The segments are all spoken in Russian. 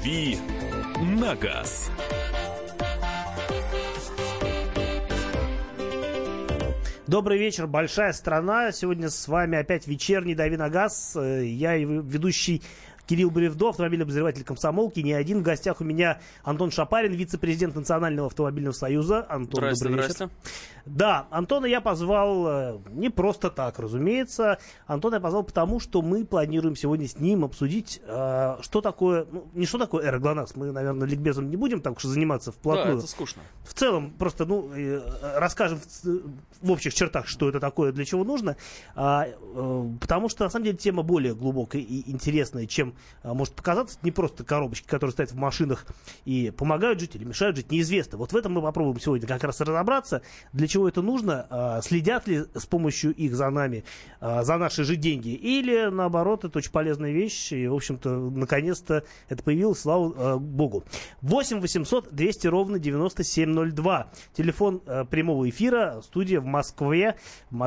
«Дави на газ». Добрый вечер, большая страна. Сегодня с вами опять вечерний «Дави на газ». Я его ведущий Кирилл Бревдо, автомобильный обозреватель «Комсомолки». Не один. В гостях у меня Антон Шапарин, вице-президент Национального автомобильного союза. Антон, добрый вечер. Здрасте. Да, Антона я позвал не просто так, разумеется. Антона я позвал потому, что мы планируем сегодня с ним обсудить, что такое, не что такое эра ГЛОНАСС. Мы, наверное, ликбезом не будем так уж заниматься вплотную. Да, это скучно. В целом, просто, расскажем в общих чертах, что это такое, для чего нужно. Потому что, на самом деле, тема более глубокая и интересная, чем может показаться. Не просто коробочки, которые стоят в машинах и помогают жить или мешают жить, неизвестно. Вот в этом мы попробуем сегодня как раз разобраться, для чего это нужно, следят ли с помощью их за нами, за наши же деньги, или, наоборот, это очень полезная вещь, и, в общем-то, наконец-то это появилось, слава богу. 8 800 200 ровно 9702. Телефон прямого эфира, студия в Москве.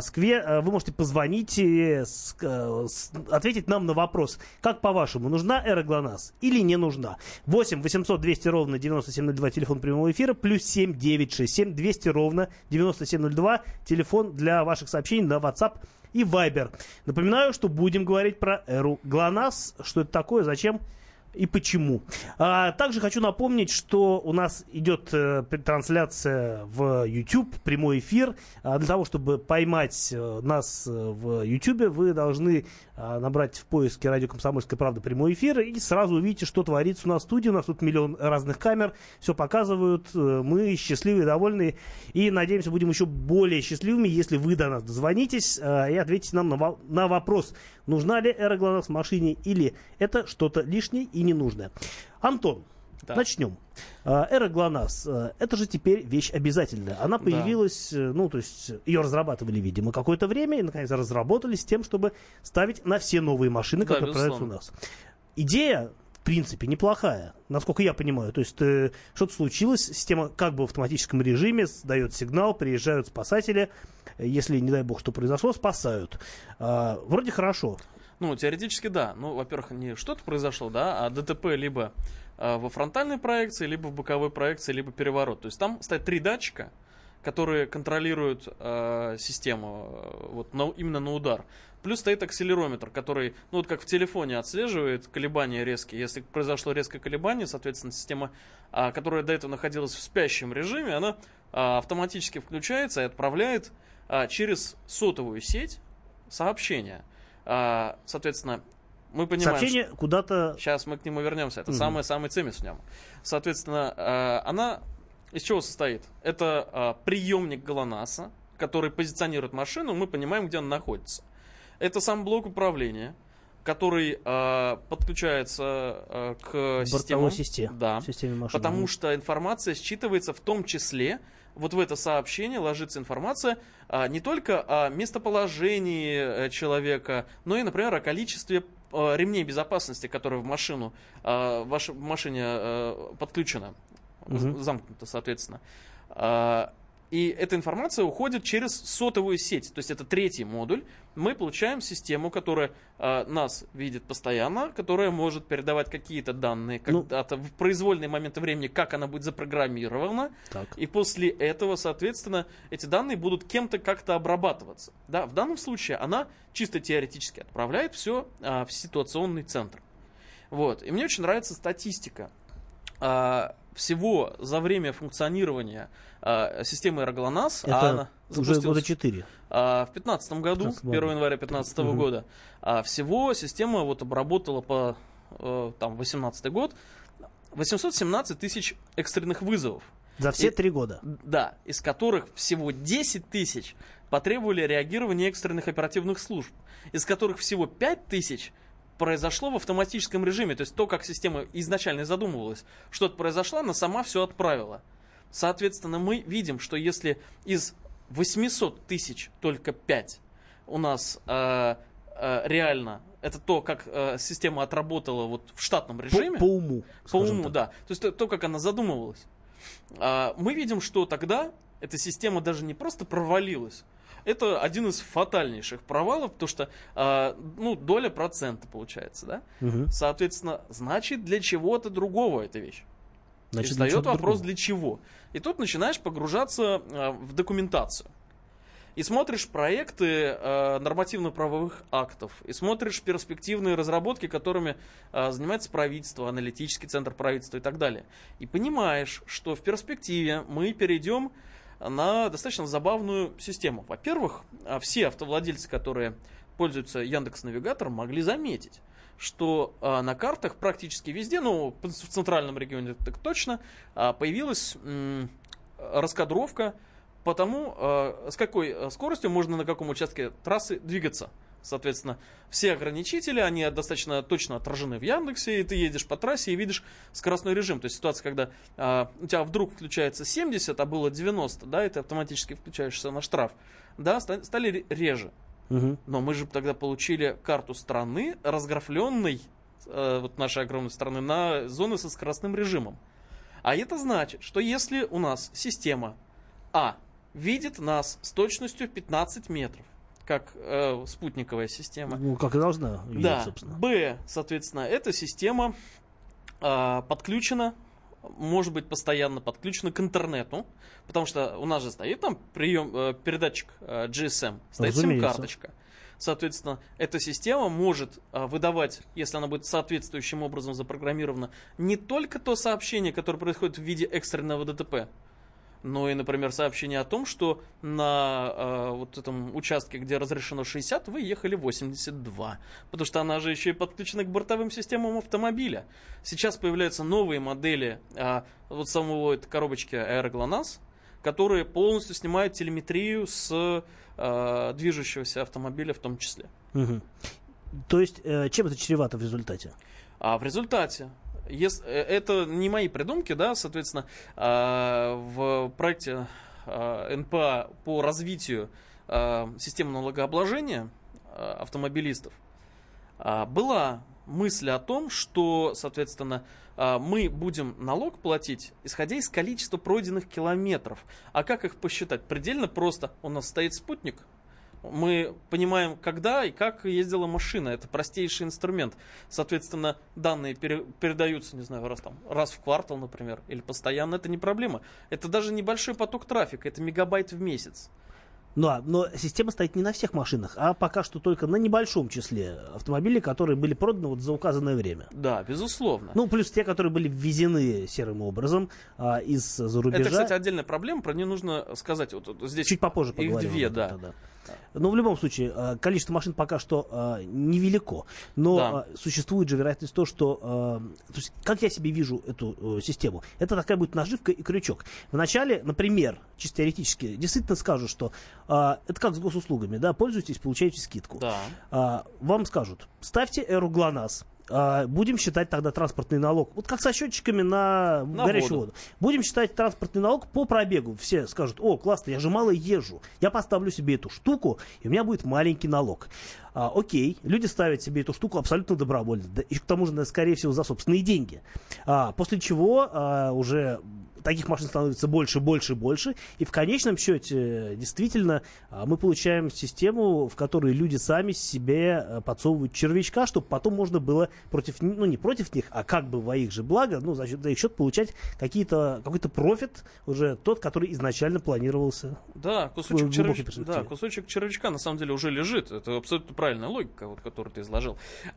Вы можете позвонить и ответить нам на вопрос, как по-вашему, нужна эра ГЛОНАСС или не нужна? 8 800 200 ровно 9702, телефон прямого эфира, плюс 7 967 200 ровно 9702, телефон для ваших сообщений на WhatsApp и Viber. Напоминаю, что будем говорить про эру ГЛОНАСС, что это такое, зачем и почему. Также хочу напомнить, что у нас идет трансляция в YouTube, прямой эфир. Для того, чтобы поймать нас в YouTube, вы должны набрать в поиске «Радио Комсомольская правда» прямой эфир, и сразу увидите, что творится у нас в студии. У нас тут миллион разных камер, все показывают. Мы счастливые, довольные, и, надеемся, будем еще более счастливыми, если вы до нас дозвонитесь и ответите нам на вопрос, нужна ли эра ГЛОНАСС в машине или это что-то лишнее и ненужное. Антон, да. Начнем. Эра ГЛОНАСС, это же теперь вещь обязательная. Она появилась, то есть ее разрабатывали, видимо, какое-то время, и, наконец, разработали с тем, чтобы ставить на все новые машины, которые продаются у нас. Идея, в принципе, неплохая, насколько я понимаю. То есть что-то случилось, система как бы в автоматическом режиме дает сигнал, приезжают спасатели, если, не дай бог, что произошло, спасают. Вроде хорошо. Теоретически да. Во-первых, не что-то произошло, да, а ДТП либо во фронтальной проекции, либо в боковой проекции, либо переворот. То есть там стоят 3 датчика, которые контролируют систему именно на удар. Плюс стоит акселерометр, который, как в телефоне, отслеживает колебания резкие. Если произошло резкое колебание, соответственно, система, которая до этого находилась в спящем режиме, она автоматически включается и отправляет через сотовую сеть сообщение. Соответственно, мы понимаем, сообщение куда-то... Сейчас мы к нему вернемся. Это самый цимис в нем. Соответственно, она из чего состоит? Это приемник ГЛОНАССа, который позиционирует машину, мы понимаем, где он находится. Это сам блок управления, который подключается к системе. Да, потому что информация считывается в том числе, вот в это сообщение ложится информация не только о местоположении человека, но и, например, о количестве ремней безопасности, которые в вашей машине подключено, замкнуто, соответственно. И эта информация уходит через сотовую сеть. То есть это 3-й модуль. Мы получаем систему, которая нас видит постоянно, которая может передавать какие-то данные когда-то в произвольные моменты времени, как она будет запрограммирована. Так. И после этого, соответственно, эти данные будут кем-то как-то обрабатываться. Да, в данном случае она чисто теоретически отправляет все в ситуационный центр. И мне очень нравится статистика. Всего за время функционирования системы эра ГЛОНАСС, она уже года 4. В 2015 году, 1 января 2015 года, всего система обработала по 2018 год 817 тысяч экстренных вызовов. За все 3 года? Да, из которых всего 10 тысяч потребовали реагирования экстренных оперативных служб, из которых всего 5 тысяч произошло в автоматическом режиме. То есть то, как система изначально задумывалась, что-то произошло, она сама все отправила. Соответственно, мы видим, что если из 800 тысяч только 5 у нас реально, это то, как система отработала в штатном режиме. По уму. По уму, да. То есть то, как она задумывалась. Мы видим, что тогда эта система даже не просто провалилась, Это один из фатальнейших провалов, потому что, доля процента получается, да? Соответственно, значит, для чего-то другого эта вещь. Значит, и встает вопрос, для чего. И тут начинаешь погружаться в документацию. И смотришь проекты нормативно-правовых актов, и смотришь перспективные разработки, которыми занимается правительство, аналитический центр правительства и так далее. И понимаешь, что в перспективе мы перейдем на достаточно забавную систему. Во-первых, все автовладельцы, которые пользуются Яндекс.Навигатором, могли заметить, что на картах практически везде, в центральном регионе так точно, появилась раскадровка по тому, с какой скоростью можно на каком участке трассы двигаться. Соответственно, все ограничители, они достаточно точно отражены в Яндексе, и ты едешь по трассе и видишь скоростной режим. То есть ситуация, когда у тебя вдруг включается 70, а было 90, да, и ты автоматически включаешься на штраф, да, стали реже. Но мы же тогда получили карту страны, разграфленной, нашей огромной страны, на зоны со скоростным режимом. А это значит, что если у нас система видит нас с точностью 15 метров, как спутниковая система. Как и должна видеть, да. Собственно. Б, соответственно, эта система подключена, может быть, постоянно подключена к интернету, потому что у нас же стоит там передатчик GSM, стоит сим-карточка. Соответственно, эта система может выдавать, если она будет соответствующим образом запрограммирована, не только то сообщение, которое происходит в виде экстренного ДТП, но и, например, сообщение о том, что на этом участке, где разрешено 60, вы ехали 82. Потому что она же еще и подключена к бортовым системам автомобиля. Сейчас появляются новые модели самого этой коробочки AeroGLONASS, которые полностью снимают телеметрию с движущегося автомобиля в том числе. То есть, чем это чревато в результате? В результате, это не мои придумки, да, соответственно, в проекте НПА по развитию системы налогообложения автомобилистов была мысль о том, что, соответственно, мы будем налог платить, исходя из количества пройденных километров. А как их посчитать? Предельно просто. У нас стоит спутник. Мы понимаем, когда и как ездила машина. Это простейший инструмент. Соответственно, данные передаются, не знаю, раз в квартал, например, или постоянно. Это не проблема. Это даже небольшой поток трафика. Это мегабайт в месяц. Но система стоит не на всех машинах, а пока что только на небольшом числе автомобилей, которые были проданы за указанное время. Да, безусловно. Плюс те, которые были ввезены серым образом из-за рубежа. Это, кстати, отдельная проблема, про нее нужно сказать. Здесь чуть попозже поговорим. Их две, да. Но в любом случае, количество машин пока что невелико. Но существует же вероятность того, что... то есть, как я себе вижу эту систему? Это такая будет наживка и крючок. Вначале, например, чисто теоретически, действительно скажу, что это как с госуслугами. Да, пользуйтесь, получаете скидку. Да. Вам скажут, ставьте AeroGLONASS. Будем считать тогда транспортный налог. Вот как со счетчиками на горячую воду. Будем считать транспортный налог по пробегу. Все скажут: о, классно, я же мало езжу. Я поставлю себе эту штуку, и у меня будет маленький налог. Окей, люди ставят себе эту штуку абсолютно добровольно. Да, и к тому же, скорее всего, за собственные деньги. После чего уже таких машин становится больше, больше, больше. И в конечном счете, действительно, мы получаем систему, в которой люди сами себе подсовывают червячка, чтобы потом можно было не против них, а как бы во их же благо, за их счет получать какой-то профит, уже тот, который изначально планировался. Да, кусочек червячка на самом деле уже лежит. Это абсолютно правильная логика, которую ты изложил.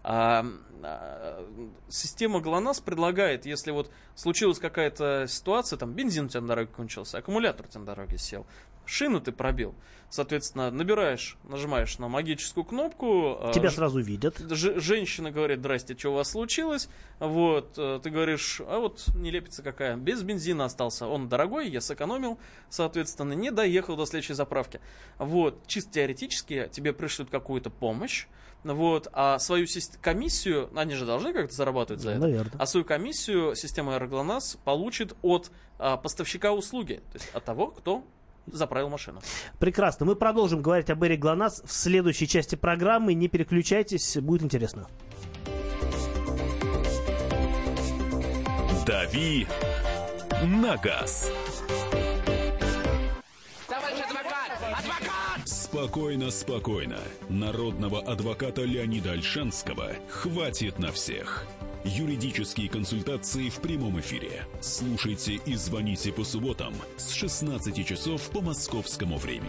Система GLONASS предлагает, если случилась какая-то ситуация, бензин у тебя на дороге кончился, аккумулятор у тебя на дороге сел, шину ты пробил, соответственно, нажимаешь на магическую кнопку. Тебя сразу видят. Женщина говорит: здрасте, что у вас случилось? Ты говоришь: нелепица какая, без бензина остался, он дорогой, я сэкономил, соответственно, не доехал до следующей заправки. Чисто теоретически тебе пришлют какую-то помощь, а свою комиссию, они же должны как-то зарабатывать за это. Наверное. А свою комиссию система AeroGLONASS получит от поставщика услуги, то есть от того, кто заправил машину. Прекрасно. Мы продолжим говорить об AeroGLONASS в следующей части программы. Не переключайтесь, будет интересно. Дави на газ. Товарищ адвокат! Адвокат! Спокойно, спокойно. Народного адвоката Леонида Ольшанского хватит на всех. Юридические консультации в прямом эфире. Слушайте и звоните по субботам с 16 часов по московскому времени.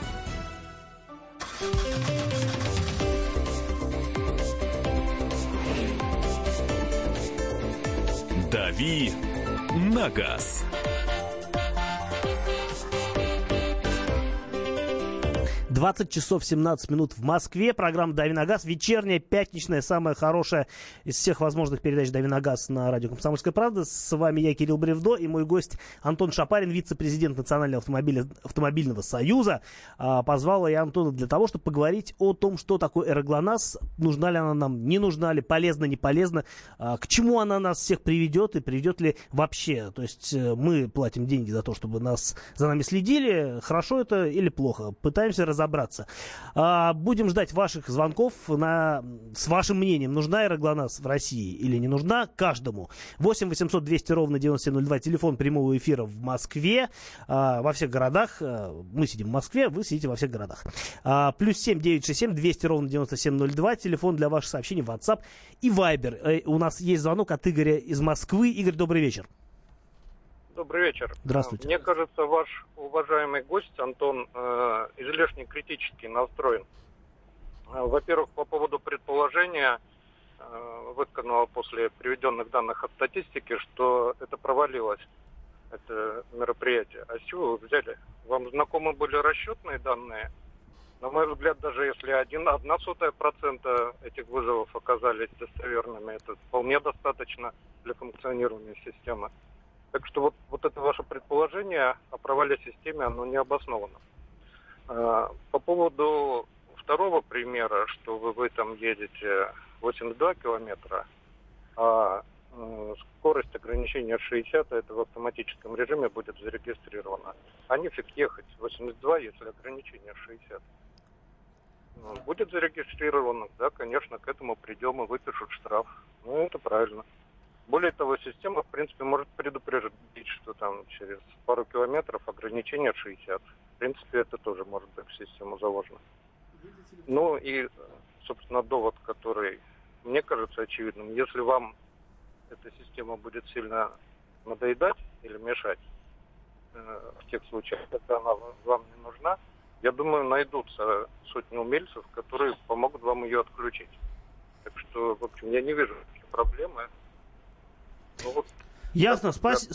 «Дави на газ». 20 часов 17 минут в Москве. Программа «Дави на газ». Вечерняя, пятничная, самая хорошая из всех возможных передач «Дави на газ» на радио «Комсомольская правда». С вами я, Кирилл Бревдо, и мой гость Антон Шапарин, вице-президент Национального автомобильного союза. Позвала я Антона для того, чтобы поговорить о том, что такое «Эроглонасс», нужна ли она нам, не нужна ли, полезна, не полезна, к чему она нас всех приведет и приведет ли вообще. То есть мы платим деньги за то, чтобы за нами следили. Хорошо это или плохо? Пытаемся разобраться. Будем ждать ваших звонков с вашим мнением, нужна «Эроглонасс» в России или не нужна, каждому. 8 800 200 ровно 9702, телефон прямого эфира в Москве, во всех городах. Мы сидим в Москве, вы сидите во всех городах. Плюс 7 967 200 ровно 9702, телефон для ваших сообщений в WhatsApp и Viber. У нас есть звонок от Игоря из Москвы. Игорь, добрый вечер. Добрый вечер. Здравствуйте. Мне кажется, ваш уважаемый гость, Антон, излишне критически настроен. Во-первых, по поводу предположения, высказанного после приведенных данных от статистики, что это провалилось, это мероприятие. А с чего вы взяли? Вам знакомы были расчетные данные? На мой взгляд, даже если 0,01% этих вызовов оказались достоверными, это вполне достаточно для функционирования системы. Так что вот это ваше предположение о провале системы, оно не обосновано. По поводу второго примера, что вы там едете 82 километра, а скорость ограничения 60, это в автоматическом режиме будет зарегистрировано. А нифиг ехать 82, если ограничение 60. Будет зарегистрировано, да, конечно, к этому придем и выпишут штраф. Ну, это правильно. Более того, система, в принципе, может предупреждать, что там через пару километров ограничение 60. В принципе, это тоже может быть в систему заложено. Ну и, собственно, довод, который мне кажется очевидным. Если вам эта система будет сильно надоедать или мешать в тех случаях, когда она вам не нужна, я думаю, найдутся сотни умельцев, которые помогут вам ее отключить. Так что, в общем, я не вижу проблемы. Ясно.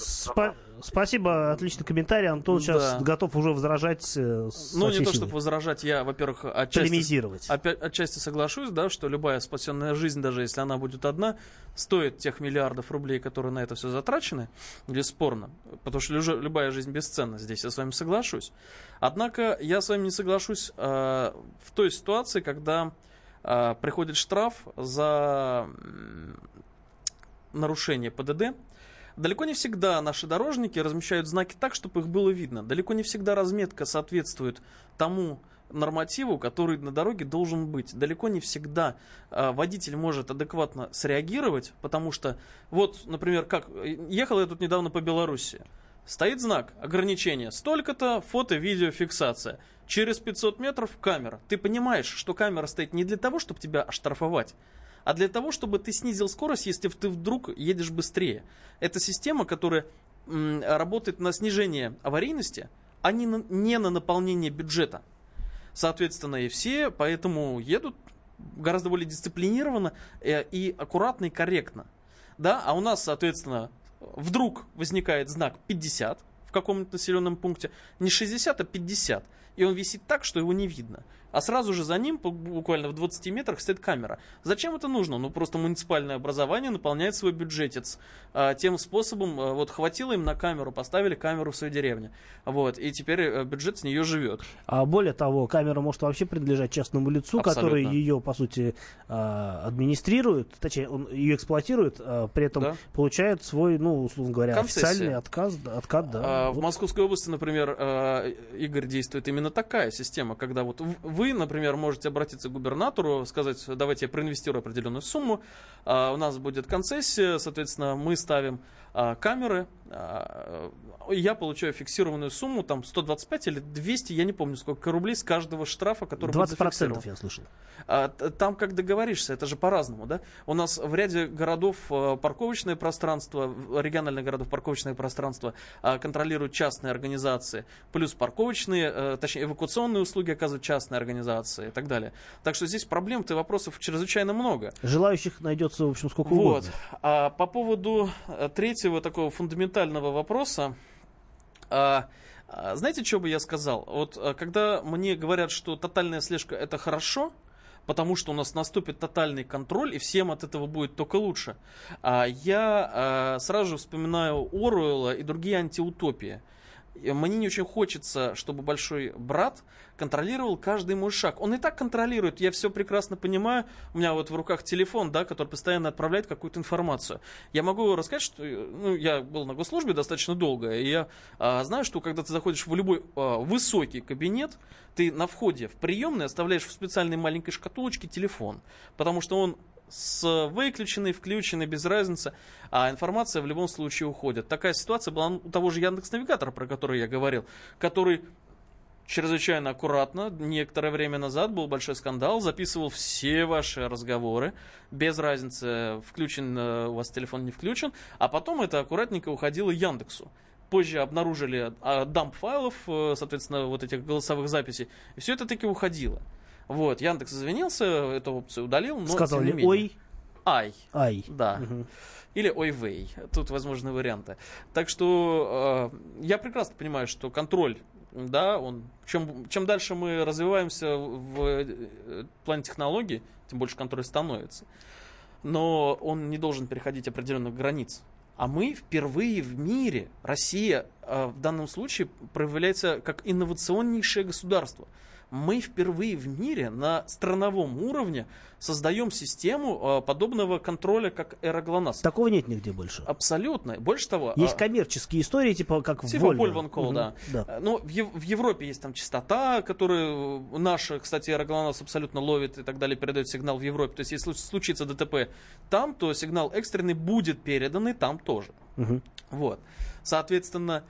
Спасибо. Отличный комментарий. Антон сейчас готов уже возражать. Ну, не то, чтобы возражать, я, во-первых, отчасти соглашусь, да, что любая спасенная жизнь, даже если она будет одна, стоит тех миллиардов рублей, которые на это все затрачены, бесспорно. Потому что любая жизнь бесценна. Здесь я с вами соглашусь. Однако я с вами не соглашусь в той ситуации, когда приходит штраф за нарушение ПДД. Далеко не всегда наши дорожники размещают знаки так, чтобы их было видно. Далеко не всегда разметка соответствует тому нормативу, который на дороге должен быть. Далеко не всегда водитель может адекватно среагировать, потому что, вот, например, ехал я тут недавно по Беларуси. Стоит знак ограничения, столько-то фото-видеофиксация. Через 500 метров камера. Ты понимаешь, что камера стоит не для того, чтобы тебя оштрафовать, а для того, чтобы ты снизил скорость, если ты вдруг едешь быстрее. Это система, которая работает на снижение аварийности, а не на наполнение бюджета. Соответственно, и все поэтому едут гораздо более дисциплинированно и аккуратно и корректно. Да? А у нас, соответственно, вдруг возникает знак 50 в каком-нибудь населенном пункте, не 60, а 50. И он висит так, что его не видно. А сразу же за ним, буквально в 20 метрах, стоит камера. Зачем это нужно? Ну, просто муниципальное образование наполняет свой бюджетец. Тем способом, вот, хватило им на камеру, поставили камеру в своей деревне. Вот, и теперь бюджет с нее живет. А более того, камера может вообще принадлежать частному лицу, абсолютно, который ее, по сути, администрирует, точнее, он ее эксплуатирует, при этом получает свой, ну, условно говоря, официальный откат. Да. В Московской области, например, Игорь, действует именно такая система, когда вот вы, например, можете обратиться к губернатору, сказать, давайте я проинвестирую определенную сумму, у нас будет концессия, соответственно, мы ставим камеры, я получаю фиксированную сумму, там 125 или 200, я не помню сколько рублей с каждого штрафа, который будет зафиксирован. 20% я слышал. Там как договоришься, это же по-разному, да? У нас в ряде городов парковочное пространство, региональных городов парковочное пространство контролируют частные организации, плюс парковочные, точнее эвакуационные услуги оказывают частные организации и так далее. Так что здесь проблем-то и вопросов чрезвычайно много. Желающих найдется, в общем, сколько угодно. А по поводу третьего такого фундаментального вопроса, знаете, что бы я сказал? Вот когда мне говорят, что тотальная слежка это хорошо, потому что у нас наступит тотальный контроль, и всем от этого будет только лучше, я сразу же вспоминаю Оруэлла и другие антиутопии. Мне не очень хочется, чтобы большой брат контролировал каждый мой шаг. Он и так контролирует, я все прекрасно понимаю. У меня вот в руках телефон, да, который постоянно отправляет какую-то информацию. Я могу рассказать, что я был на госслужбе достаточно долго, и я знаю, что когда ты заходишь в любой высокий кабинет, ты на входе в приемной оставляешь в специальной маленькой шкатулочке телефон, потому что он выключенный, включенный, без разницы, а информация в любом случае уходит. Такая ситуация была у того же Яндекс.Навигатора, про который я говорил, который чрезвычайно аккуратно, некоторое время назад был большой скандал, записывал все ваши разговоры, без разницы, включен у вас телефон, не включен, а потом это аккуратненько уходило Яндексу. Позже обнаружили дамп файлов, соответственно, вот этих голосовых записей, и все это таки уходило. Вот, Яндекс извинился, эту опцию удалил, но сказал ли ой? Ай. Да. Угу. Или ой-вей. Тут возможны варианты. Так что я прекрасно понимаю, что контроль, да, он чем дальше мы развиваемся в плане технологий, тем больше контроль становится. Но он не должен переходить определенных границ. А мы впервые в мире, Россия в данном случае проявляется как инновационнейшее государство. Мы впервые в мире на страновом уровне создаем систему подобного контроля, как эра ГЛОНАСС. Такого нет нигде больше. Абсолютно. Больше того... Есть коммерческие истории, типа как в Volvo. Типа Call, да. Но в Европе есть там частота, которую наша, кстати, эра ГЛОНАСС абсолютно ловит и так далее, передает сигнал в Европе. То есть, если случится ДТП там, то сигнал экстренный будет переданный там тоже. Вот. Соответственно...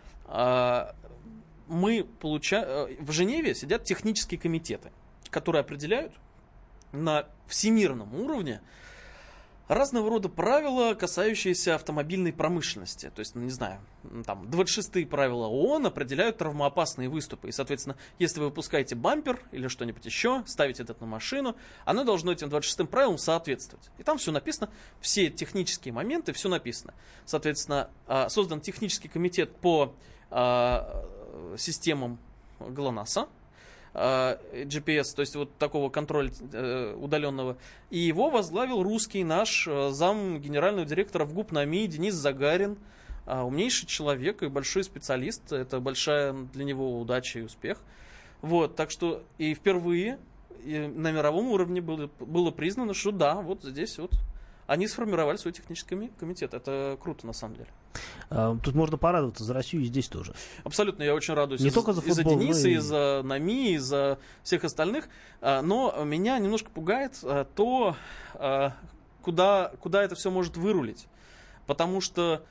в Женеве сидят технические комитеты, которые определяют на всемирном уровне разного рода правила, касающиеся автомобильной промышленности. То есть, не знаю, там 26-е правила ООН определяют травмоопасные выступы. И, соответственно, если вы выпускаете бампер или что-нибудь еще, ставите это на машину, оно должно этим 26-м правилам соответствовать. И там все написано, все технические моменты, все написано. Соответственно, создан технический комитет по системам ГЛОНАССа, GPS, то есть вот такого контроля удаленного. И его возглавил русский наш зам генерального директора в ГУП-НАМИ Денис Загарин. Умнейший человек и большой специалист. Это большая для него удача и успех. Вот, так что и впервые на мировом уровне было признано, что да, вот здесь вот они сформировали свой технический комитет. Это круто, на самом деле. Тут можно порадоваться за Россию и здесь тоже. Абсолютно, я очень радуюсь. Не только за футбол, и за Дениса, и за НАМИ, и за всех остальных. Но меня немножко пугает то, куда это все может вырулить. Потому что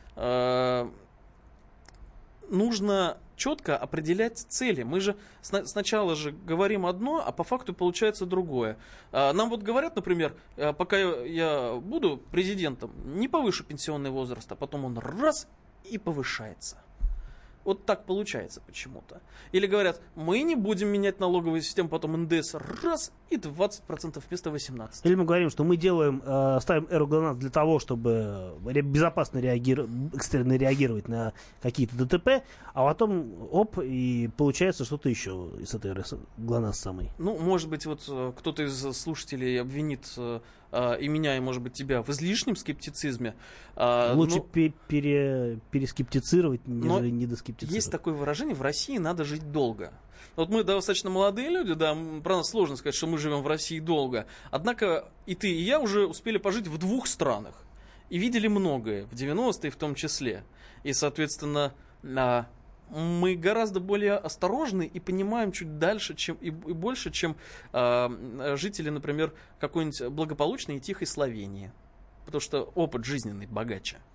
нужно четко определять цели. Мы же сначала же говорим одно, а по факту получается другое. Нам вот говорят, например, пока я буду президентом, не повышу пенсионный возраст, а потом он раз и повышается. Вот так получается почему-то. Или говорят, мы не будем менять налоговую систему, потом НДС раз и 20% вместо 18%. Или мы говорим, что мы ставим эру ГЛОНАСС для того, чтобы безопасно экстренно реагировать на какие-то ДТП, а потом и получается что-то еще из этой эры ГЛОНАСС самой. Ну, может быть, вот кто-то из слушателей обвинит и меня, и, может быть, тебя в излишнем скептицизме. Лучше перескептицировать, нежели недоскептицировать. Есть такое выражение: в России надо жить долго. Вот мы достаточно молодые люди, да, про нас сложно сказать, что мы живем в России долго. Однако и ты, и я уже успели пожить в 2 странах. И видели многое, в 90-е в том числе. И, соответственно, мы гораздо более осторожны и понимаем чуть дальше и больше, чем жители, например, какой-нибудь благополучной и тихой Словении. Потому что опыт жизненный богаче.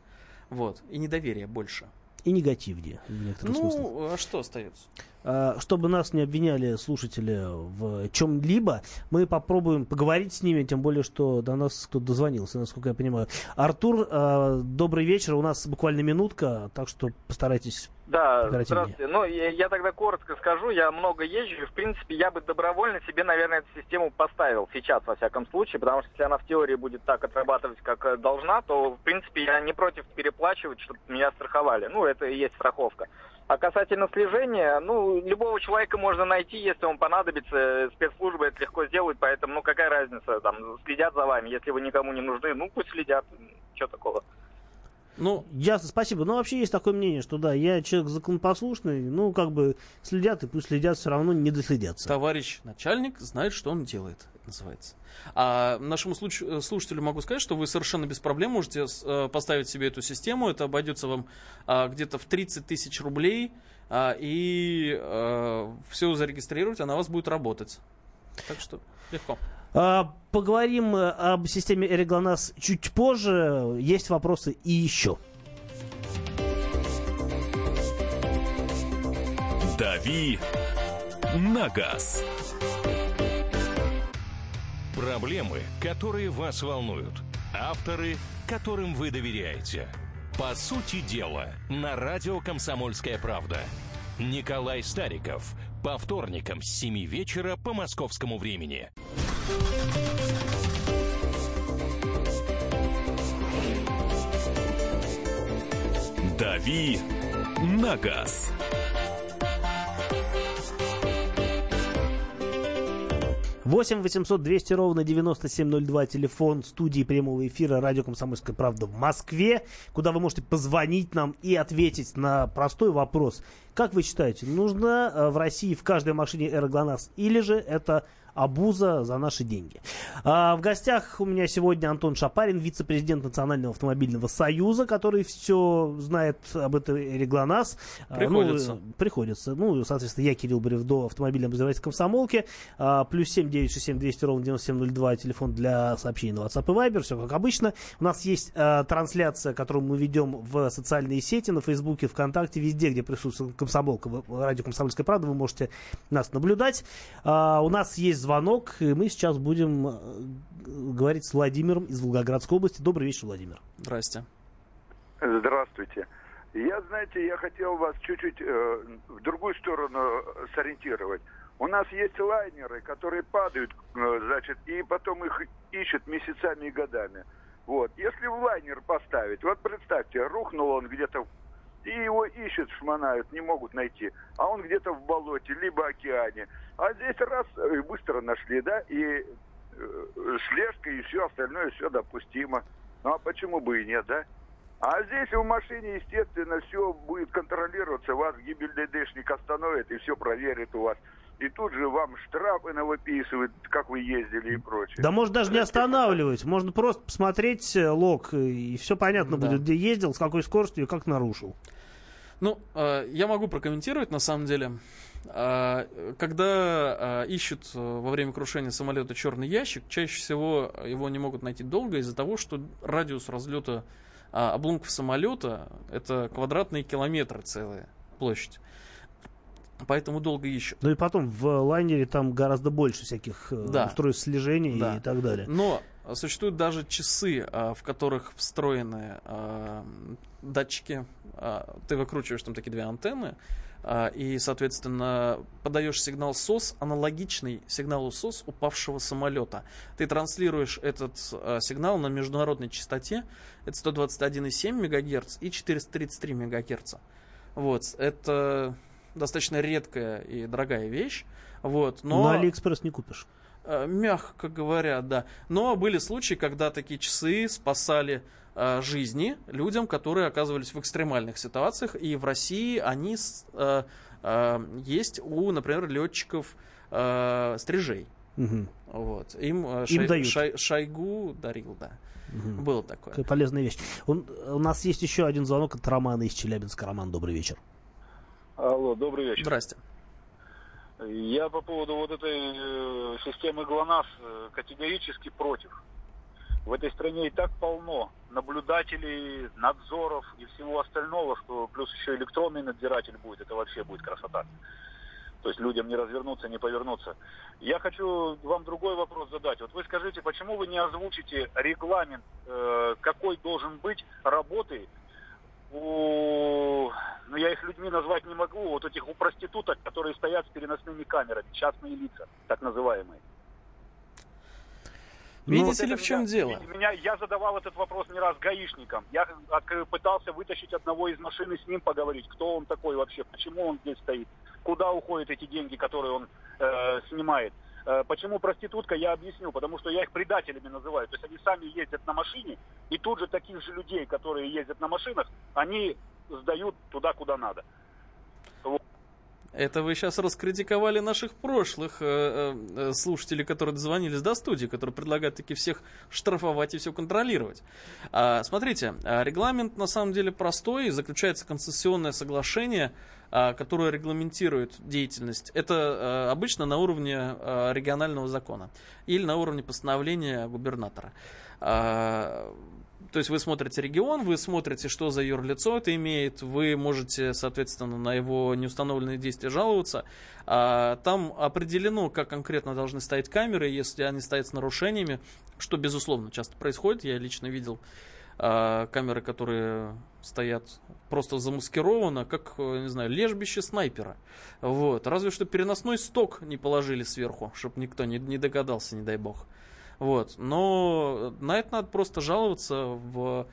Вот. И недоверие больше. И негативнее в некотором смысле. А что остается? Чтобы нас не обвиняли слушатели в чем-либо, мы попробуем поговорить с ними, тем более, что до нас кто-то дозвонился, насколько я понимаю. Артур, добрый вечер, у нас буквально минутка, так что постарайтесь. Да, здравствуйте. Ну, я тогда коротко скажу, я много езжу, и, в принципе, я бы добровольно себе, наверное, эту систему поставил сейчас, во всяком случае, потому что если она в теории будет так отрабатывать, как должна, то, в принципе, я не против переплачивать, чтобы меня страховали. Ну, это и есть страховка. А касательно слежения, любого человека можно найти, если он понадобится, спецслужбы это легко сделают, поэтому, какая разница, там, следят за вами, если вы никому не нужны, пусть следят, что такого. Ясно, спасибо. Но вообще есть такое мнение, что да, я человек законопослушный, следят, и пусть следят, все равно не доследятся. Товарищ начальник знает, что он делает, это называется. А нашему слушателю могу сказать, что вы совершенно без проблем можете поставить себе эту систему, это обойдется вам где-то в 30 тысяч рублей, и все зарегистрировать, она у вас будет работать. Так что легко. Поговорим об системе Эри-ГЛОНАСС чуть позже. Есть вопросы и еще. Дави на газ. Проблемы, которые вас волнуют. Авторы, которым вы доверяете. По сути дела, на радио «Комсомольская правда». Николай Стариков. По вторникам с 7 вечера по московскому времени. Дави на газ. 8-800-200-97-02, телефон студии прямого эфира радио «Комсомольская правда» в Москве, куда вы можете позвонить нам и ответить на простой вопрос. Как вы считаете, нужна в России в каждой машине Эри-ГЛОНАСС или же это абуза за наши деньги? В гостях у меня сегодня Антон Шапарин, вице-президент Национального автомобильного союза, который все знает об этой Эри-ГЛОНАСС. Приходится. Соответственно, я, Кирилл Бревдо, автомобильный обозреватель комсомолки. +7 967 200 9702, телефон для сообщений на WhatsApp и Viber. Все как обычно. У нас есть трансляция, которую мы ведем в социальные сети, на Фейсбуке, ВКонтакте, везде, где присутствует комсомолка, радио «Комсомольская правда», вы можете нас наблюдать. У нас есть звонок, и мы сейчас будем говорить с Владимиром из Волгоградской области. Добрый вечер, Владимир. Здрасте. Здравствуйте. Я хотел вас чуть-чуть в другую сторону сориентировать. У нас есть лайнеры, которые падают, и потом их ищут месяцами и годами. Вот. Если в лайнер поставить, представьте, рухнул он где-то, и его ищут, шмонают, не могут найти. А он где-то в болоте, либо океане. А здесь раз, и быстро нашли, да, и слежка, и все остальное, все допустимо. А почему бы и нет, да? А здесь в машине, естественно, все будет контролироваться, вас гибельный дэшник остановит и все проверит у вас. И тут же вам штрафы навыписывают, как вы ездили и прочее. Да можно даже не останавливать, можно просто посмотреть лог, и все понятно будет, где ездил, с какой скоростью и как нарушил. Я могу прокомментировать, на самом деле. Когда ищут во время крушения самолета черный ящик, чаще всего его не могут найти долго из-за того, что радиус разлета обломков самолета — это квадратные километры, целая площадь. Поэтому долго ищут. И потом в лайнере там гораздо больше всяких устройств слежения и так далее. Но существуют даже часы, в которых встроены датчики. Ты выкручиваешь там такие две антенны, и, соответственно, подаешь сигнал СОС, аналогичный сигналу СОС упавшего самолета. Ты транслируешь этот сигнал на международной частоте. Это 121,7 МГц и 433 МГц. Это достаточно редкая и дорогая вещь. Но на Алиэкспресс не купишь. Мягко говоря, да. Но были случаи, когда такие часы спасали жизни людям, которые оказывались в экстремальных ситуациях. И в России они есть у, например, летчиков стрижей. Угу. Им Шойгу дарил, да. Угу. Было такое. Какая полезная вещь. У нас есть еще один звонок от Романа из Челябинска. Роман, добрый вечер. Алло, добрый вечер. Здрасте. Я по поводу этой системы ГЛОНАСС категорически против. В этой стране и так полно наблюдателей, надзоров и всего остального, что плюс еще электронный надзиратель будет, это вообще будет красота. То есть людям не развернуться, не повернуться. Я хочу вам другой вопрос задать. Вот вы скажите, почему вы не озвучите регламент, какой должен быть работы у, ну я их людьми назвать не могу, вот этих у проституток, которые стоят с переносными камерами, частные лица, так называемые. Видите ли, в чем дело? Я задавал этот вопрос не раз гаишникам. Я пытался вытащить одного из машины, с ним поговорить. Кто он такой вообще? Почему он здесь стоит? Куда уходят эти деньги, которые он снимает? Почему проститутка? Я объясню. Потому что я их предателями называю. То есть они сами ездят на машине, и тут же таких же людей, которые ездят на машинах, они сдают туда, куда надо. Это вы сейчас раскритиковали наших прошлых слушателей, которые дозвонились до студии, которые предлагают таки всех штрафовать и все контролировать. Смотрите, регламент на самом деле простой. Заключается концессионное соглашение, которое регламентирует деятельность. Это обычно на уровне регионального закона или на уровне постановления губернатора. То есть вы смотрите регион, вы смотрите, что за юрлицо это имеет, вы можете, соответственно, на его неустановленные действия жаловаться. Там определено, как конкретно должны стоять камеры, если они стоят с нарушениями, что, безусловно, часто происходит. Я лично видел камеры, которые стоят просто замаскировано, как, не знаю, лежбище снайпера. Вот. Разве что переносной сток не положили сверху, чтобы никто не догадался, не дай бог. Вот. Но на это надо просто жаловаться в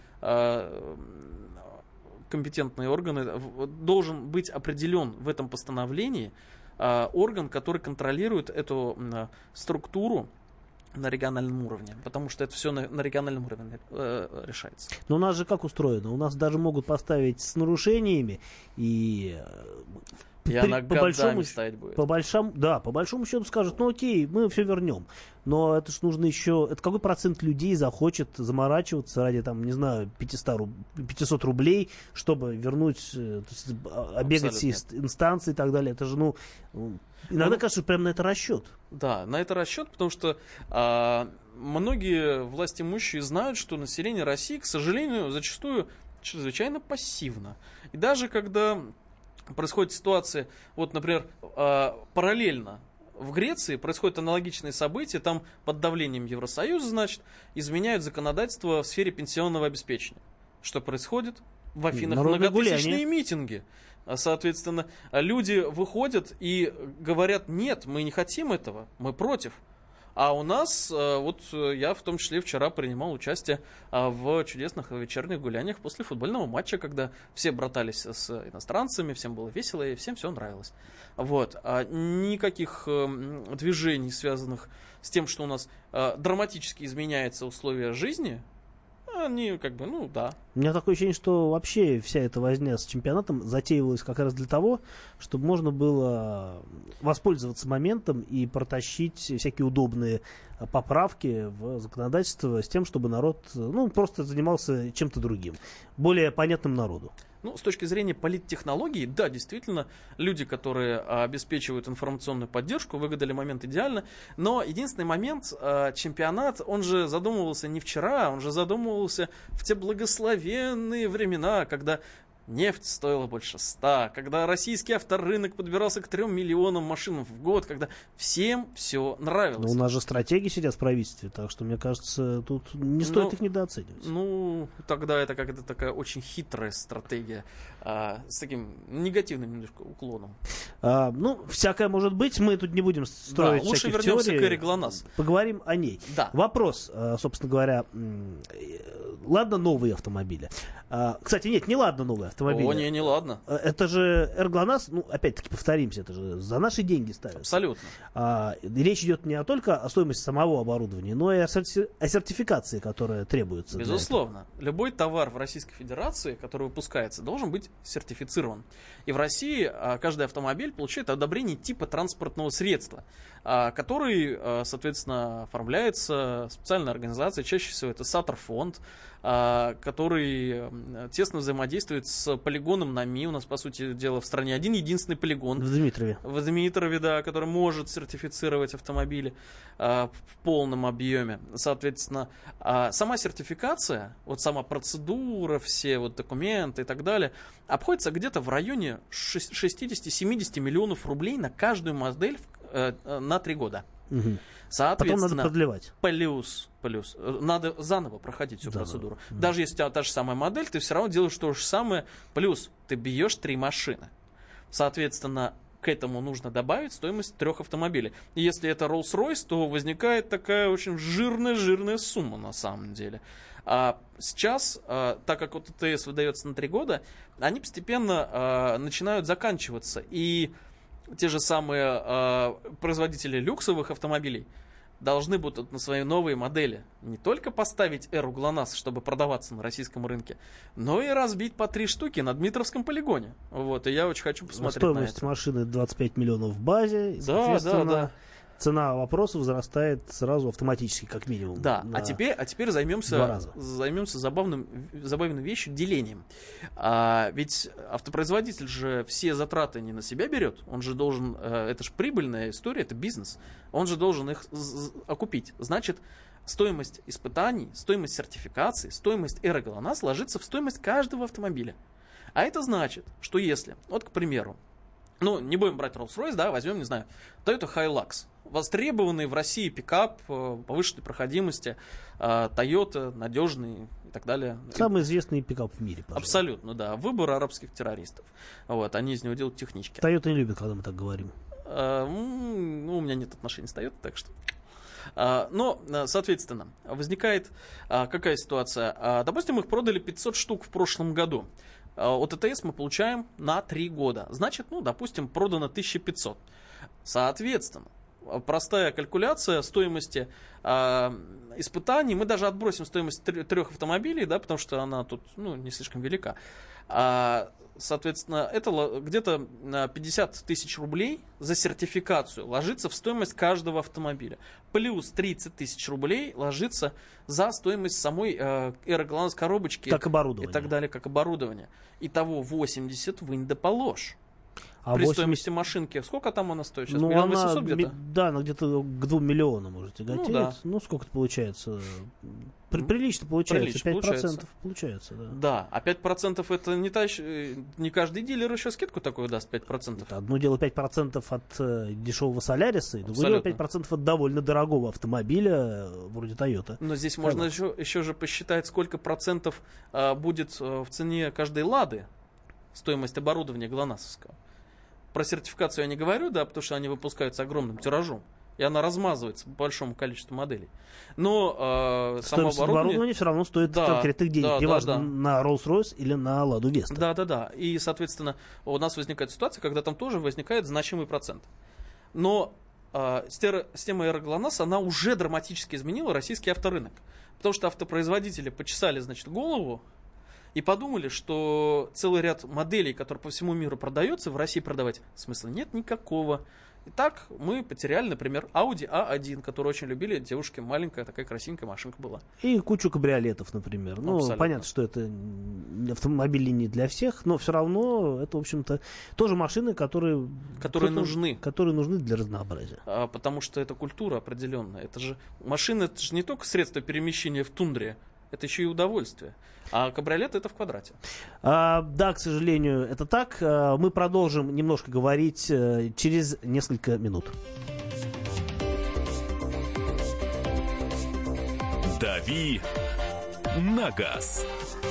компетентные органы. Должен быть определен в этом постановлении орган, который контролирует эту структуру на региональном уровне, потому что это все на региональном уровне решается. Но у нас же как устроено? У нас даже могут поставить с нарушениями и... она годами стоять будет. По большому счету скажут, ну окей, мы все вернем. Но это ж нужно еще... Это какой процент людей захочет заморачиваться ради, там, не знаю, 500 рублей, чтобы вернуть, оббегать все инстанции и так далее. Это же, иногда кажется, прямо на это расчет. Да, на это расчет, потому что многие властимущие знают, что население России, к сожалению, зачастую чрезвычайно пассивно. И даже когда происходит ситуация, вот, например, параллельно в Греции происходят аналогичные события, там под давлением Евросоюза, значит, изменяют законодательство в сфере пенсионного обеспечения. Что происходит? В Афинах многотысячные митинги. Соответственно, люди выходят и говорят, нет, мы не хотим этого, мы против. А у нас, вот я в том числе вчера принимал участие в чудесных вечерних гуляниях после футбольного матча, когда все братались с иностранцами, всем было весело и всем все нравилось. Вот. Никаких движений, связанных с тем, что у нас драматически изменяются условия жизни, они да. У меня такое ощущение, что вообще вся эта возня с чемпионатом затеивалась как раз для того, чтобы можно было воспользоваться моментом и протащить всякие удобные поправки в законодательство с тем, чтобы народ просто занимался чем-то другим, более понятным народу. С точки зрения политтехнологий, да, действительно, люди, которые обеспечивают информационную поддержку, выгадали момент идеально. Но единственный момент, чемпионат, он же задумывался не вчера, он же задумывался в те благословенные времена, когда нефть стоила больше 100, когда российский авторынок подбирался к 3 миллионам машин в год, когда всем все нравилось. У нас же стратегии сидят в правительстве, так что, мне кажется, тут не стоит их недооценивать. Тогда это какая-то такая очень хитрая стратегия с таким негативным немножко уклоном. Всякое может быть, мы тут не будем строить лучше всяких вернемся теорий. к Эре ГЛОНАСС. Поговорим о ней. Да. Вопрос, собственно говоря, ладно новые автомобили. Кстати, нет, не ладно новые автомобили. Не ладно. Это же Эре ГЛОНАСС, опять-таки повторимся, это же за наши деньги ставят. Абсолютно. Речь идет не только о стоимости самого оборудования, но и о сертификации, которая требуется. Безусловно. Любой товар в Российской Федерации, который выпускается, должен быть сертифицирован. И в России каждый автомобиль получает одобрение типа транспортного средства, который, соответственно, оформляется специальной организацией. Чаще всего это Сатор-фонд. который тесно взаимодействует с полигоном НАМИ. У нас, по сути дела, в стране один-единственный полигон. В Дмитрове. В Дмитрове, да, который может сертифицировать автомобили в полном объеме. Соответственно, сама сертификация, вот сама процедура, все вот документы и так далее, обходится где-то в районе 60-70 миллионов рублей на каждую модель на 3 года. Угу. Соответственно, потом надо продлевать. Плюс. Надо заново проходить всю процедуру. Даже если у тебя та же самая модель, ты все равно делаешь то же самое. Плюс ты бьешь 3 машины. Соответственно, к этому нужно добавить стоимость 3 автомобилей. И если это Rolls-Royce, то возникает такая очень жирная сумма на самом деле. А сейчас, так как вот ТТС выдается на 3 года, они постепенно начинают заканчиваться. И те же самые производители люксовых автомобилей должны будут на свои новые модели не только поставить эру ГЛОНАСС, чтобы продаваться на российском рынке, но и разбить по 3 штуки на Дмитровском полигоне. Вот, и я очень хочу посмотреть стоимость на это. машины 25 миллионов в базе. Да. Цена вопроса возрастает сразу автоматически, как минимум. Да, а теперь займемся забавной вещью, делением. Ведь автопроизводитель же все затраты не на себя берет, он же должен, это же прибыльная история, это бизнес, он же должен их окупить. Значит, стоимость испытаний, стоимость сертификации, стоимость эры ГЛОНАСС ложится в стоимость каждого автомобиля. А это значит, что если, вот, к примеру, не будем брать Rolls-Royce, да, возьмем, не знаю, Toyota Hilux. Востребованный в России пикап повышенной проходимости, Toyota, надежный и так далее. Самый известный пикап в мире, пожалуй. Абсолютно, да. Выбор арабских террористов. Вот, они из него делают технички. Toyota не любит, когда мы так говорим. У меня нет отношений с Toyota, так что... Но, соответственно, возникает какая ситуация? Допустим, их продали 500 штук в прошлом году. От ТТС мы получаем на 3 года. Значит, допустим, продано 1500. Соответственно, простая калькуляция стоимости испытаний. Мы даже отбросим стоимость 3 автомобилей, да, потому что она тут не слишком велика. Соответственно, это где-то 50 тысяч рублей за сертификацию ложится в стоимость каждого автомобиля. Плюс 30 тысяч рублей ложится за стоимость самой эры ГЛОНАСС коробочки. Как оборудование. И так далее, как оборудование. Итого 80 вынь да положь. А при стоимости машинки, сколько там она стоит сейчас? 1 800 000 где-то? Да, она где-то к 2 миллионам может тяготеть. Да. Сколько это получается? Прилично получается. 5% получается, да. Да, а 5% это не каждый дилер еще скидку такую даст, 5%. Это одно дело 5% от дешевого Соляриса, и другое дело 5% от довольно дорогого автомобиля, вроде Toyota. Но здесь можно еще же посчитать, сколько процентов будет в цене каждой Лады стоимость оборудования ГЛОНАССовского. Про сертификацию я не говорю, да, потому что они выпускаются огромным тиражом, и она размазывается по большому количеству моделей. Но само оборудование все равно стоит конкретных денег, неважно, на Rolls-Royce или на Ладу Весту. Да. И, соответственно, у нас возникает ситуация, когда там тоже возникает значимый процент. Но система эры ГЛОНАСС, она уже драматически изменила российский авторынок. Потому что автопроизводители почесали, значит, голову, и подумали, что целый ряд моделей, которые по всему миру продаются, в России продавать смысла нет никакого. Итак, мы потеряли, например, Audi A1, которую очень любили девушки, маленькая такая красивенькая машинка была. И кучу кабриолетов, например. Понятно, что это автомобили не для всех, но все равно это, в общем-то, тоже машины, которые нужны для разнообразия. Потому что это культура определенная. Это же машина, это же не только средство перемещения в тундре, это еще и удовольствие. А кабриолет это в квадрате. Да, к сожалению, это так. Мы продолжим немножко говорить через несколько минут. Дави на газ.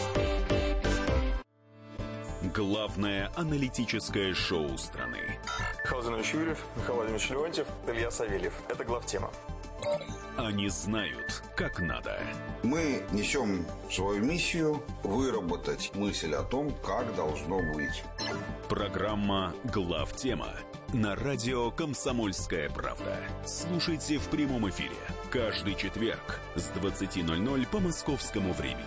Главное аналитическое шоу страны. Михаил Владимирович Юрьев, Михаил Владимирович Леонтьев, Илья Савельев. Это главтема. Они знают, как надо. Мы несем свою миссию выработать мысль о том, как должно быть. Программа «Главтема» на радио «Комсомольская правда». Слушайте в прямом эфире каждый четверг с 20:00 по московскому времени.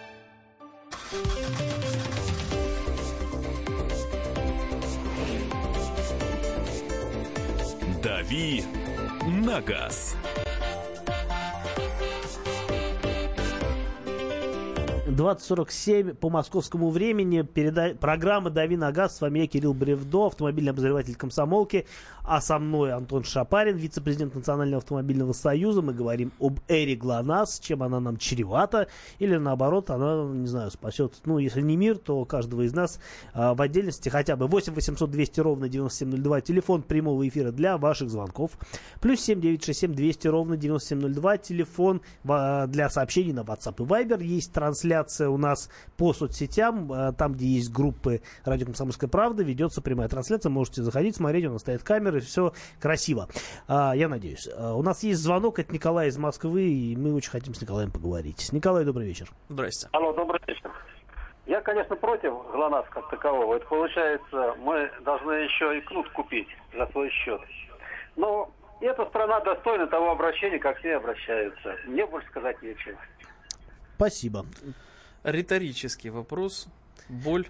«Дави на газ». 20:47 по московскому времени. Программа «Дави на газ». С вами я, Кирилл Бревдо, автомобильный обозреватель «Комсомолки». А со мной Антон Шапарин, вице-президент Национального автомобильного союза. Мы говорим об эре ГЛОНАСС, чем она нам чревата. Или наоборот, она, не знаю, спасет, ну, если не мир, то каждого из нас в отдельности хотя бы. 8 800 200 ровно 9702. Телефон прямого эфира для ваших звонков. Плюс 7 967 200 ровно 9702. Телефон для сообщений на WhatsApp и Viber. Есть трансляция у нас по соцсетям. Там, где есть группы «Радио Комсомольская правда», ведется прямая трансляция. Можете заходить, смотреть. У нас стоят камеры. Все красиво. Я надеюсь. У нас есть звонок от Николая из Москвы, и мы очень хотим с Николаем поговорить. Николай, добрый вечер. Здрасте. Алло, добрый вечер. Я, конечно, против ГЛОНАСС как такового. Это получается, мы должны еще и кнут купить за свой счет. Но эта страна достойна того обращения, как все обращаются. Мне больше сказать нечего. Спасибо. Риторический вопрос. Боль.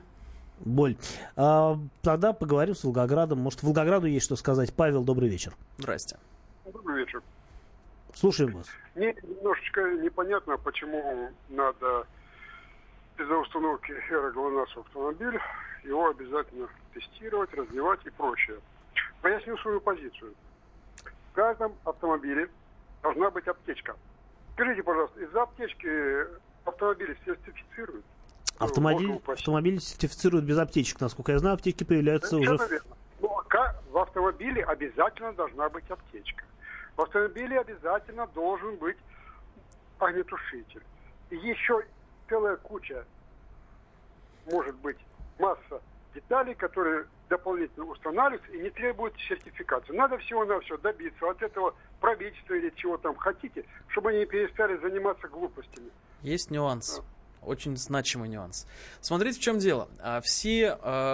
Тогда поговорим с Волгоградом. Может, Волгограду есть что сказать. Павел, добрый вечер. Здрасте. Добрый вечер. Слушаем вас. Мне немножечко непонятно, почему надо из-за установки эры ГЛОНАСС в автомобиль его обязательно тестировать, развивать и прочее. Поясню свою позицию. В каждом автомобиле должна быть аптечка. Скажите, пожалуйста, из-за аптечки автомобили сертифицируют? Автомобили сертифицируют без аптечек. Насколько я знаю, аптечки появляются уже... Верно. Но в автомобиле обязательно должна быть аптечка. В автомобиле обязательно должен быть огнетушитель. И еще целая куча, может быть, масса деталей, которые дополнительно устанавливаются и не требуют сертификации. Надо всего-навсего добиться от этого правительства или чего там хотите, чтобы они не перестали заниматься глупостями. Есть нюанс. Очень значимый нюанс. Смотрите, в чем дело. Все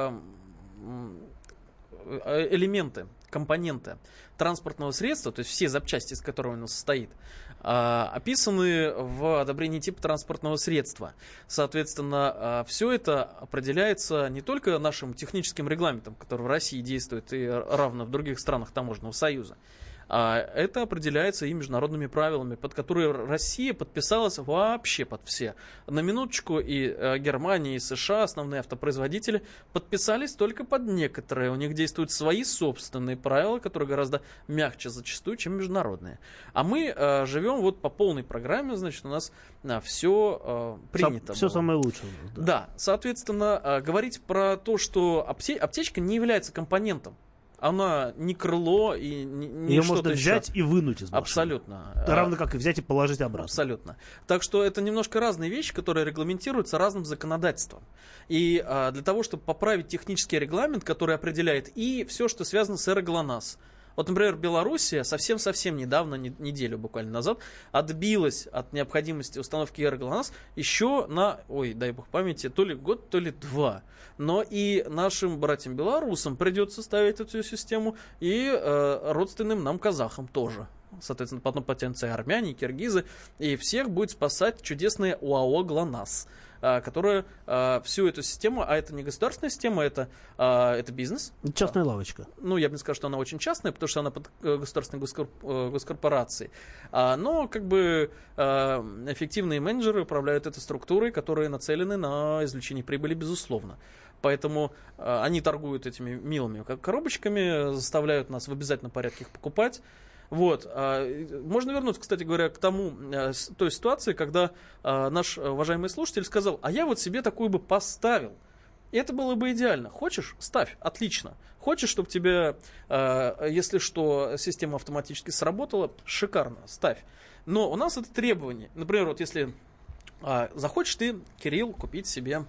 элементы, компоненты транспортного средства, то есть все запчасти, из которых оно состоит, описаны в одобрении типа транспортного средства. Соответственно, все это определяется не только нашим техническим регламентом, который в России действует и равно в других странах Таможенного союза, а это определяется и международными правилами, под которые Россия подписалась вообще под все. На минуточку и Германия, и США, основные автопроизводители, подписались только под некоторые. У них действуют свои собственные правила, которые гораздо мягче зачастую, чем международные. А мы живем вот по полной программе, значит, у нас все принято. Все самое лучшее. Да, соответственно, говорить про то, что аптечка не является компонентом. Она не крыло и не ее что-то можно взять еще. И вынуть из машины. Абсолютно. Равно как и взять и положить обратно. Абсолютно. Так что это немножко разные вещи, которые регламентируются разным законодательством. И для того, чтобы поправить технический регламент, который определяет и все, что связано с эрой ГЛОНАСС. Вот, например, Белоруссия совсем недавно, неделю буквально назад, отбилась от необходимости установки эры ГЛОНАСС еще на, дай бог памяти, то ли год, то ли два. Но и нашим братьям-белорусам придется ставить эту систему, и родственным нам казахам тоже. Соответственно, потом потянутся и армяне, и киргизы, и всех будет спасать чудесная ОАО «ГЛОНАСС», которая всю эту систему, а это не государственная система, это бизнес. Частная лавочка. Ну, я бы не сказал, что она очень частная, потому что она под государственной госкорпорацией. Но как бы эффективные менеджеры управляют этой структурой, которые нацелены на извлечение прибыли, безусловно. Поэтому они торгуют этими милыми коробочками, заставляют нас в обязательном порядке их покупать. Вот. Можно вернуться, кстати говоря, к той ситуации, когда наш уважаемый слушатель сказал, а я вот себе такую бы поставил. И это было бы идеально. Хочешь? Ставь. Отлично. Хочешь, чтобы тебе, если что, система автоматически сработала? Шикарно. Ставь. Но у нас это требование. Например, вот если захочешь ты, Кирилл, купить себе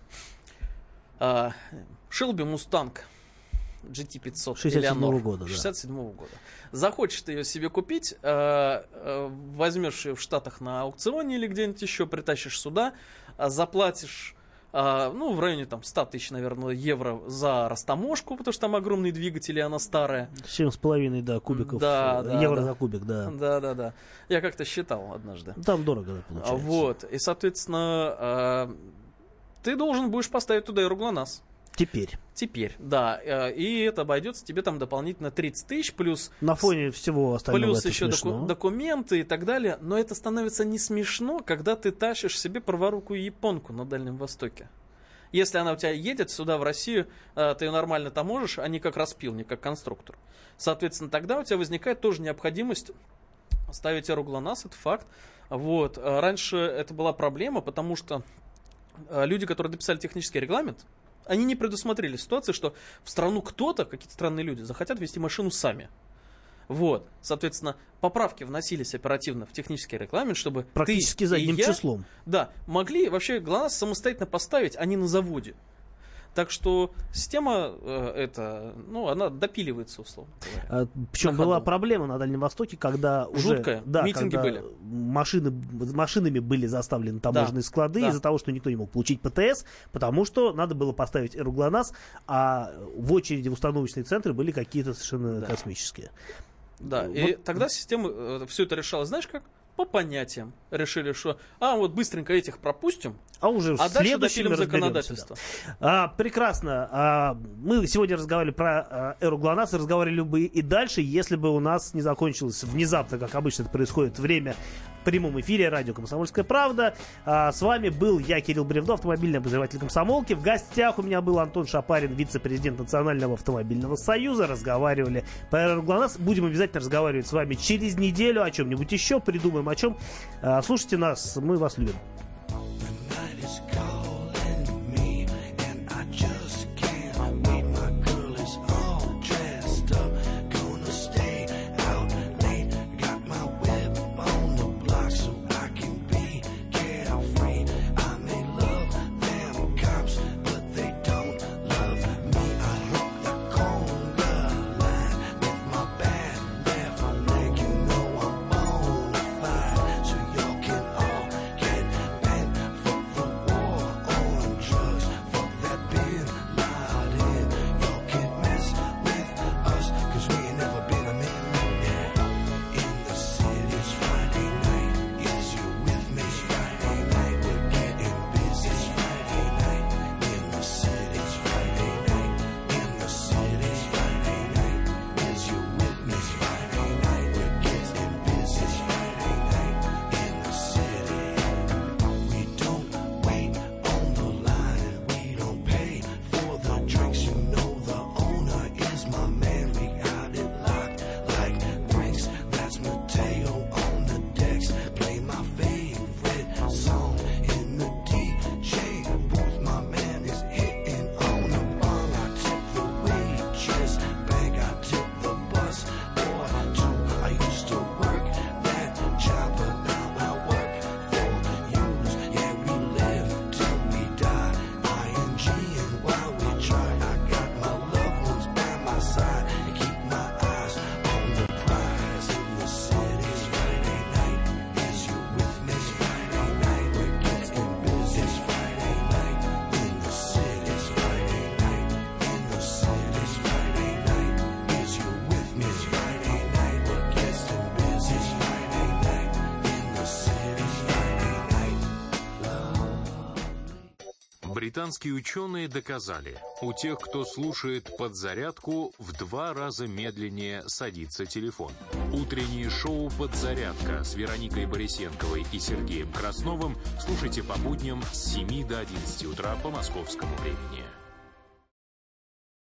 Shelby Mustang GT500 67-го года. 67-го года. Захочешь ты ее себе купить, возьмешь ее в Штатах на аукционе или где-нибудь еще, притащишь сюда, заплатишь в районе 100 тысяч, наверное, евро за растаможку, потому что там огромные двигатели, она старая. 7,5, кубиков. Евро за кубик, да. Да. Я как-то считал однажды. Там дорого, получается. Вот. И, соответственно, ты должен будешь поставить туда эру ГЛОНАСС. Теперь, да. И это обойдется тебе там дополнительно 30 тысяч, плюс... На фоне всего остального плюс еще документы и так далее. Но это становится не смешно, когда ты тащишь себе праворукую японку на Дальнем Востоке. Если она у тебя едет сюда, в Россию, ты ее нормально таможишь, а не как распил, не как конструктор. Соответственно, тогда у тебя возникает тоже необходимость ставить эру ГЛОНАСС, это факт. Вот. Раньше это была проблема, потому что люди, которые дописали технический регламент, они не предусмотрели ситуацию, что в страну кто-то, какие-то странные люди, захотят вести машину сами. Вот. Соответственно, поправки вносились оперативно в технический регламент, чтобы практически ты задним и я, числом. Да, могли вообще ГЛОНАСС самостоятельно поставить, а не на заводе. Так что система она допиливается, условно говоря. Причем была проблема на Дальнем Востоке, когда жуткая, митинги были. Машинами были заставлены таможенные склады из-за того, что никто не мог получить ПТС, потому что надо было поставить эру ГЛОНАСС, а в очереди в установочные центры были какие-то совершенно космические. Да, и тогда система все это решала, знаешь как? По понятиям. Решили, что вот быстренько этих пропустим, дальше допилим законодательство. Прекрасно. Мы сегодня разговаривали про эру ГЛОНАСС, разговаривали бы и дальше, если бы у нас не закончилось внезапно, как обычно это происходит, время в прямом эфире радио «Комсомольская правда». С вами был я, Кирилл Бревдо, автомобильный обозреватель «Комсомолки». В гостях у меня был Антон Шапарин, вице-президент Национального автомобильного союза. Разговаривали по эру ГЛОНАСС. Будем обязательно разговаривать с вами через неделю о чем-нибудь еще, придумаем о чем. Слушайте нас, мы вас любим. Британские ученые доказали, у тех, кто слушает «Подзарядку», в 2 раза медленнее садится телефон. Утреннее шоу «Подзарядка» с Вероникой Борисенковой и Сергеем Красновым слушайте по будням с 7 до 11 утра по московскому времени.